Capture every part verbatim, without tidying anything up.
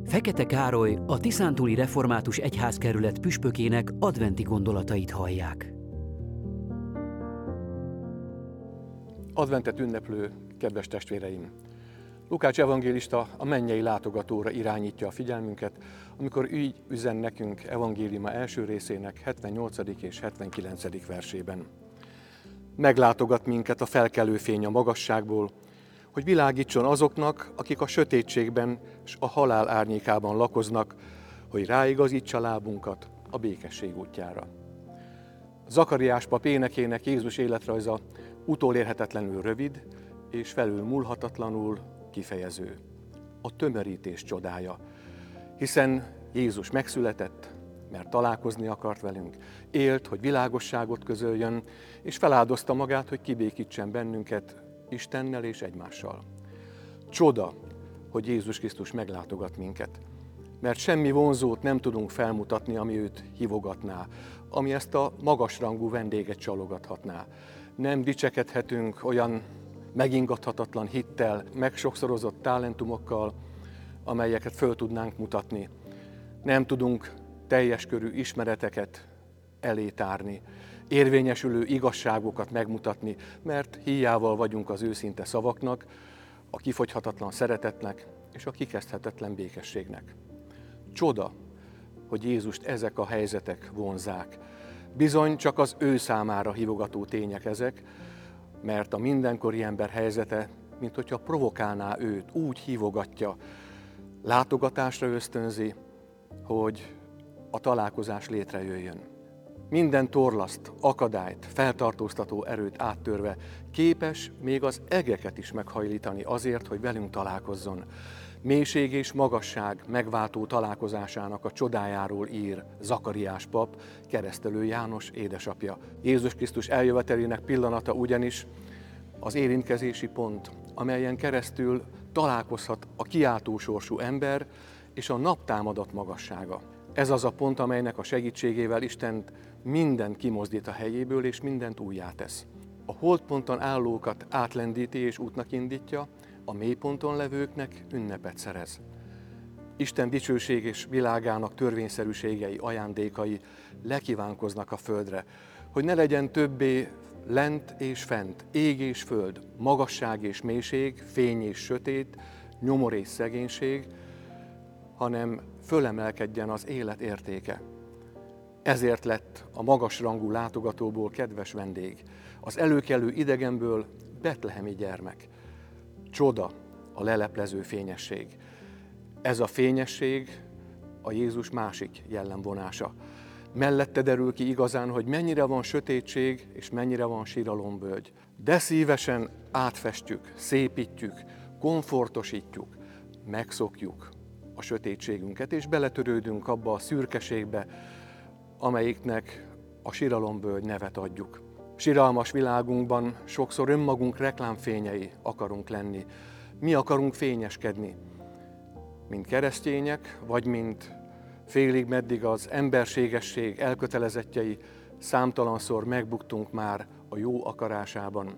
Fekete Károly, a Tiszántúli Református Egyházkerület püspökének adventi gondolatait hallják. Adventet ünneplő kedves testvéreim! Lukács evangélista a mennyei látogatóra irányítja a figyelmünket, amikor így üzen nekünk evangéliuma első részének hetvennyolcadik és hetvenkilencedik versében. Meglátogat minket a felkelő fény a magasságból, hogy világítson azoknak, akik a sötétségben és a halál árnyékában lakoznak, hogy ráigazítsa lábunkat a békesség útjára. Zakariás pap énekének Jézus életrajza utolérhetetlenül rövid és felülmúlhatatlanul kifejező. A tömörítés csodája, hiszen Jézus megszületett, mert találkozni akart velünk, élt, hogy világosságot közöljön, és feláldozta magát, hogy kibékítsen bennünket Istennel és egymással. Csoda, hogy Jézus Krisztus meglátogat minket, mert semmi vonzót nem tudunk felmutatni, ami őt hívogatná, ami ezt a magasrangú vendéget csalogathatná. Nem dicsekedhetünk olyan megingathatatlan hittel, megsokszorozott talentumokkal, amelyeket föl tudnánk mutatni. Nem tudunk teljes körű ismereteket elétárni, érvényesülő igazságokat megmutatni, mert híjával vagyunk az őszinte szavaknak, a kifogyhatatlan szeretetnek és a kikezdhetetlen békességnek. Csoda, hogy Jézust ezek a helyzetek vonzák. Bizony csak az ő számára hívogató tények ezek, mert a mindenkori ember helyzete, mint hogyha provokálná őt, úgy hívogatja, látogatásra ösztönzi, hogy a találkozás létrejöjjön. Minden torlaszt, akadályt, feltartóztató erőt áttörve képes még az egeket is meghajlítani azért, hogy velünk találkozzon. Mélység és magasság megváltó találkozásának a csodájáról ír Zakariás pap, Keresztelő János édesapja. Jézus Krisztus eljövetelének pillanata ugyanis az érintkezési pont, amelyen keresztül találkozhat a kiáltó sorsú ember és a naptámadat magassága. Ez az a pont, amelynek a segítségével Isten mindent kimozdít a helyéből és mindent újjá tesz. A holdponton állókat átlendíti és útnak indítja, a mélyponton levőknek ünnepet szerez. Isten dicsőség és világának törvényszerűségei, ajándékai lekívánkoznak a földre, hogy ne legyen többé lent és fent, ég és föld, magasság és mélység, fény és sötét, nyomor és szegénység, hanem fölemelkedjen az élet értéke. Ezért lett a magasrangú látogatóból kedves vendég, az előkelő idegenből betlehemi gyermek. Csoda a leleplező fényesség. Ez a fényesség a Jézus másik jellemvonása. Mellette derül ki igazán, hogy mennyire van sötétség és mennyire van síralombölgy. De szívesen átfestjük, szépítjük, komfortosítjuk, megszokjuk a sötétségünket, és beletörődünk abba a szürkeségbe, amelyiknek a síralombölgy nevet adjuk. Siralmas világunkban sokszor önmagunk reklámfényei akarunk lenni. Mi akarunk fényeskedni, mint keresztények, vagy mint félig meddig az emberségesség elkötelezettjei, számtalanszor megbuktunk már a jó akarásában,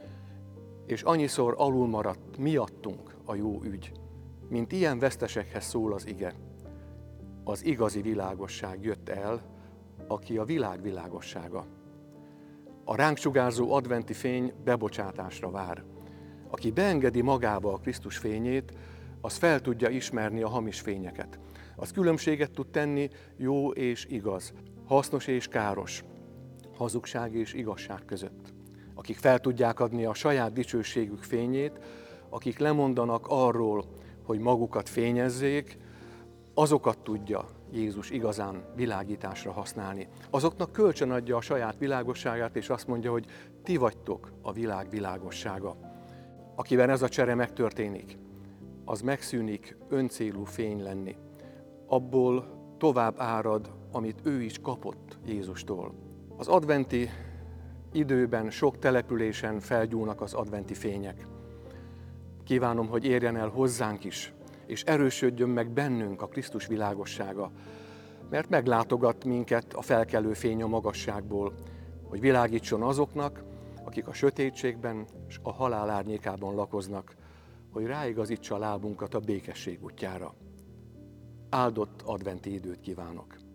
és annyiszor alul maradt miattunk a jó ügy. Mint ilyen vesztesekhez szól az ige. Az igazi világosság jött el, aki a világ világossága. A ránk sugárzó adventi fény bebocsátásra vár. Aki beengedi magába a Krisztus fényét, az fel tudja ismerni a hamis fényeket. Az különbséget tud tenni jó és igaz, hasznos és káros, hazugság és igazság között. Akik fel tudják adni a saját dicsőségük fényét, akik lemondanak arról, hogy magukat fényezzék, azokat tudja Jézus igazán világításra használni. Azoknak kölcsönadja a saját világosságát, és azt mondja, hogy ti vagytok a világ világossága. Akiben ez a csere megtörténik, az megszűnik öncélú fény lenni. Abból tovább árad, amit ő is kapott Jézustól. Az adventi időben sok településen felgyúlnak az adventi fények. Kívánom, hogy érjen el hozzánk is, és erősödjön meg bennünk a Krisztus világossága, mert meglátogat minket a felkelő fény a magasságból, hogy világítson azoknak, akik a sötétségben és a halál árnyékában lakoznak, hogy ráigazítsa a lábunkat a békesség útjára. Áldott adventi időt kívánok!